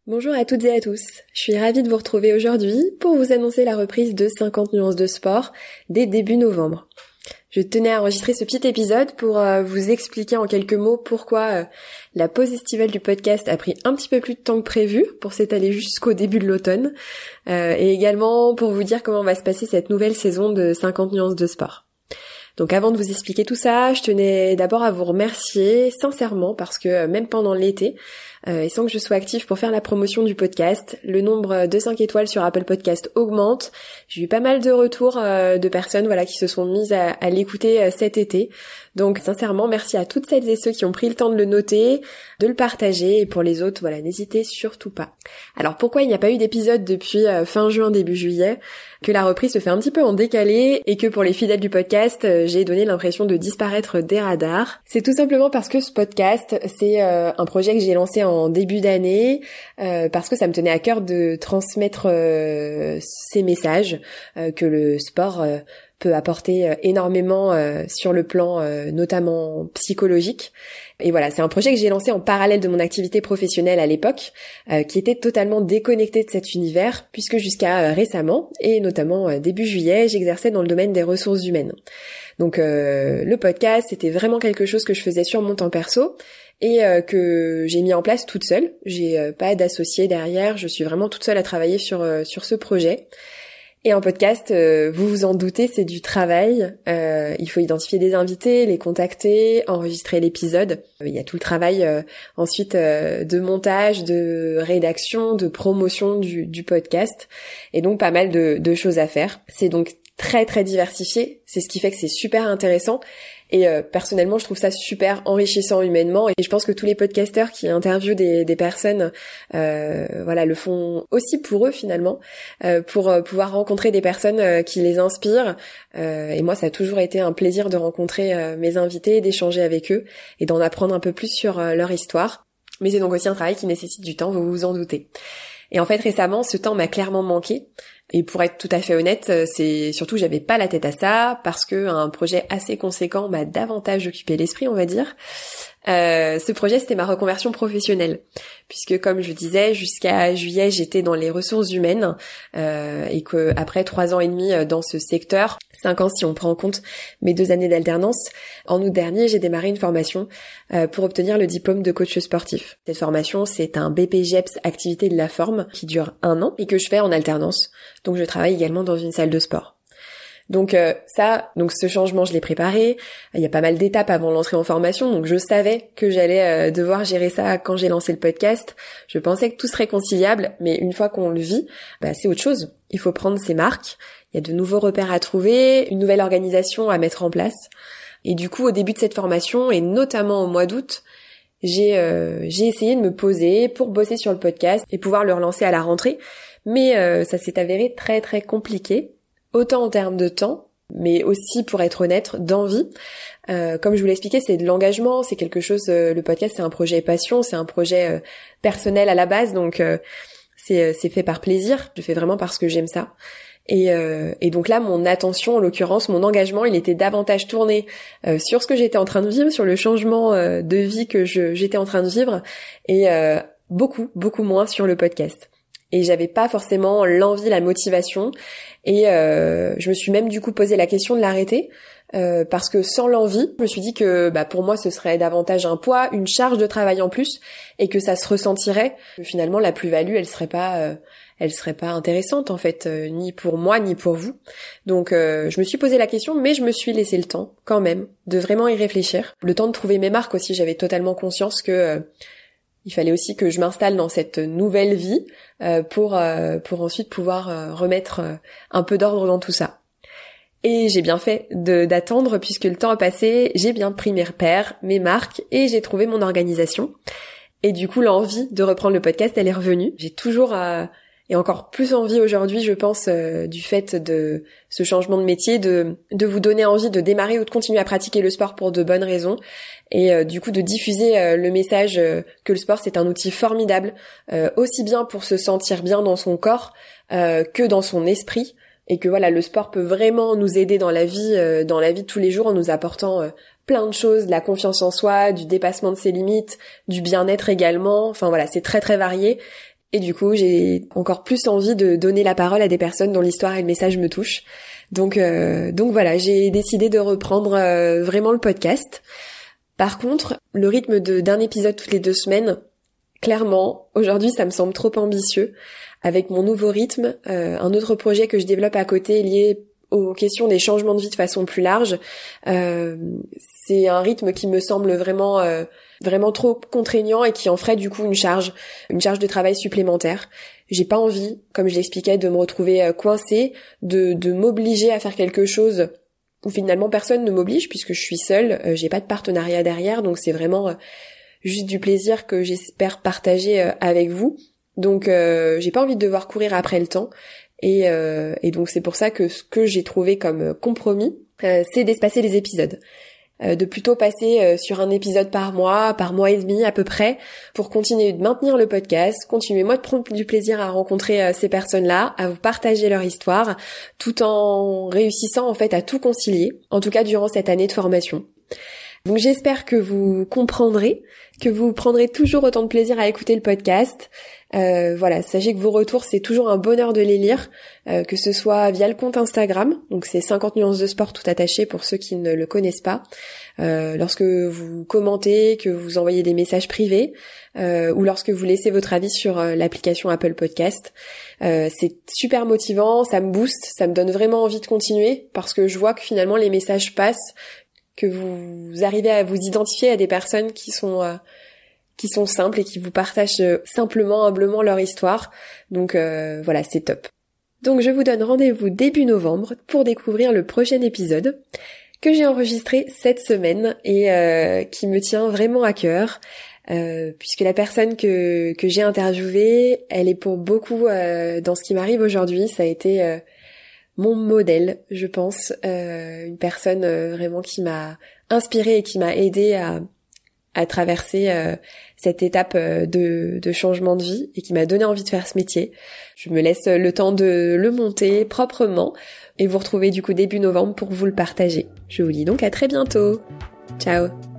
Bonjour à toutes et à tous, je suis ravie de vous retrouver aujourd'hui pour vous annoncer la reprise de 50 nuances de sport dès début novembre. Je tenais à enregistrer ce petit épisode pour vous expliquer en quelques mots pourquoi la pause estivale du podcast a pris un petit peu plus de temps que prévu pour s'étaler jusqu'au début de l'automne et également pour vous dire comment va se passer cette nouvelle saison de 50 nuances de sport. Donc avant de vous expliquer tout ça, je tenais d'abord à vous remercier sincèrement parce que même pendant l'été, et sans que je sois active pour faire la promotion du podcast, le nombre de 5 étoiles sur Apple Podcast augmente. J'ai eu pas mal de retours de personnes qui se sont mises à l'écouter cet été. Donc sincèrement, merci à toutes celles et ceux qui ont pris le temps de le noter, de le partager, et pour les autres, n'hésitez surtout pas. Alors pourquoi il n'y a pas eu d'épisode depuis fin juin, début juillet ? Que la reprise se fait un petit peu en décalé et que pour les fidèles du podcast, j'ai donné l'impression de disparaître des radars. C'est tout simplement parce que ce podcast, c'est un projet que j'ai lancé en début d'année, parce que ça me tenait à cœur de transmettre ces messages que le sport peut apporter énormément sur le plan notamment psychologique. Et voilà, c'est un projet que j'ai lancé en parallèle de mon activité professionnelle à l'époque, qui était totalement déconnectée de cet univers, puisque jusqu'à récemment, et notamment début juillet, j'exerçais dans le domaine des ressources humaines. Donc le podcast, c'était vraiment quelque chose que je faisais sur mon temps perso, et que j'ai mis en place toute seule. J'ai pas d'associé derrière, je suis vraiment toute seule à travailler sur ce projet. Et en podcast, vous vous en doutez, c'est du travail. Il faut identifier des invités, les contacter, enregistrer l'épisode. Il y a tout le travail ensuite de montage, de rédaction, de promotion du podcast. Et donc pas mal de choses à faire. C'est donc très très diversifié. C'est ce qui fait que c'est super intéressant. Et personnellement, je trouve ça super enrichissant humainement. Et je pense que tous les podcasteurs qui interviewent des personnes, le font aussi pour eux finalement, pour pouvoir rencontrer des personnes qui les inspirent. Et moi, ça a toujours été un plaisir de rencontrer mes invités, d'échanger avec eux et d'en apprendre un peu plus sur leur histoire. Mais c'est donc aussi un travail qui nécessite du temps, vous vous en doutez. Et en fait, récemment, ce temps m'a clairement manqué. Et pour être tout à fait honnête, c'est surtout que j'avais pas la tête à ça, parce que un projet assez conséquent m'a davantage occupé l'esprit, on va dire. Ce projet, c'était ma reconversion professionnelle, puisque comme je disais, jusqu'à juillet, j'étais dans les ressources humaines, et que après 3 ans et demi dans ce secteur, 5 ans si on prend en compte mes 2 années d'alternance, en août dernier, j'ai démarré une formation pour obtenir le diplôme de coach sportif. Cette formation, c'est un BPGEPS activité de la forme qui dure 1 an et que je fais en alternance. Donc je travaille également dans une salle de sport. Donc ce changement, je l'ai préparé. Il y a pas mal d'étapes avant l'entrée en formation, donc je savais que j'allais devoir gérer ça quand j'ai lancé le podcast. Je pensais que tout serait conciliable, mais une fois qu'on le vit, c'est autre chose. Il faut prendre ses marques. Il y a de nouveaux repères à trouver, une nouvelle organisation à mettre en place. Et du coup, au début de cette formation, et notamment au mois d'août, j'ai essayé de me poser pour bosser sur le podcast et pouvoir le relancer à la rentrée. Mais ça s'est avéré très très compliqué. Autant en termes de temps, mais aussi, pour être honnête, d'envie. Comme je vous l'ai expliqué, c'est de l'engagement, c'est quelque chose, le podcast c'est un projet passion, c'est un projet personnel à la base, donc c'est fait par plaisir, je fais vraiment parce que j'aime ça. Et donc là, mon attention, en l'occurrence, mon engagement, il était davantage tourné sur ce que j'étais en train de vivre, sur le changement de vie que j'étais en train de vivre, et beaucoup moins sur le podcast. Et j'avais pas forcément l'envie, la motivation, et je me suis même du coup posé la question de l'arrêter, parce que sans l'envie, je me suis dit que pour moi ce serait davantage un poids, une charge de travail en plus, et que ça se ressentirait, que finalement la plus-value elle serait pas intéressante en fait, ni pour moi ni pour vous. Donc je me suis posé la question, mais je me suis laissé le temps quand même de vraiment y réfléchir, le temps de trouver mes marques aussi. J'avais totalement conscience que il fallait aussi que je m'installe dans cette nouvelle vie pour ensuite pouvoir remettre un peu d'ordre dans tout ça. Et j'ai bien fait d'attendre, puisque le temps a passé, j'ai bien pris mes repères, mes marques, et j'ai trouvé mon organisation. Et du coup, l'envie de reprendre le podcast, elle est revenue. J'ai toujours et encore plus envie aujourd'hui, je pense, du fait de ce changement de métier, de vous donner envie de démarrer ou de continuer à pratiquer le sport pour de bonnes raisons, et du coup de diffuser le message que le sport c'est un outil formidable, aussi bien pour se sentir bien dans son corps que dans son esprit, et que le sport peut vraiment nous aider dans la vie de tous les jours, en nous apportant plein de choses, de la confiance en soi, du dépassement de ses limites, du bien-être également. Enfin c'est très très varié. Et du coup, j'ai encore plus envie de donner la parole à des personnes dont l'histoire et le message me touchent. Donc voilà, j'ai décidé de reprendre vraiment le podcast. Par contre, le rythme d'un épisode toutes les 2 semaines, clairement, aujourd'hui, ça me semble trop ambitieux. Avec mon nouveau rythme, un autre projet que je développe à côté lié aux questions des changements de vie de façon plus large, c'est un rythme qui me semble vraiment trop contraignant et qui en ferait du coup une charge de travail supplémentaire. J'ai pas envie, comme je l'expliquais, de me retrouver coincée, de m'obliger à faire quelque chose où finalement personne ne m'oblige puisque je suis seule, j'ai pas de partenariat derrière, donc c'est vraiment juste du plaisir que j'espère partager avec vous. Donc j'ai pas envie de devoir courir après le temps et donc c'est pour ça que ce que j'ai trouvé comme compromis, c'est d'espacer les épisodes. De plutôt passer sur un épisode par mois et demi à peu près, pour continuer de maintenir le podcast, continuer moi de prendre du plaisir à rencontrer ces personnes-là, à vous partager leur histoire, tout en réussissant en fait à tout concilier, en tout cas durant cette année de formation. Donc j'espère que vous comprendrez, que vous prendrez toujours autant de plaisir à écouter le podcast. Voilà, sachez que vos retours, c'est toujours un bonheur de les lire, que ce soit via le compte Instagram, donc c'est 50 nuances de sport tout attaché pour ceux qui ne le connaissent pas, lorsque vous commentez, que vous envoyez des messages privés, ou lorsque vous laissez votre avis sur l'application Apple Podcast. C'est super motivant, ça me booste, ça me donne vraiment envie de continuer, parce que je vois que finalement les messages passent, que vous arrivez à vous identifier à des personnes qui sont simples et qui vous partagent simplement, humblement leur histoire. Donc voilà, c'est top. Donc je vous donne rendez-vous début novembre pour découvrir le prochain épisode que j'ai enregistré cette semaine et qui me tient vraiment à cœur. Puisque la personne que j'ai interviewée, elle est pour beaucoup dans ce qui m'arrive aujourd'hui. Ça a été mon modèle, je pense, une personne vraiment qui m'a inspirée et qui m'a aidée à traverser cette étape de changement de vie et qui m'a donné envie de faire ce métier. Je me laisse le temps de le monter proprement et vous retrouver du coup début novembre pour vous le partager. Je vous dis donc à très bientôt. Ciao.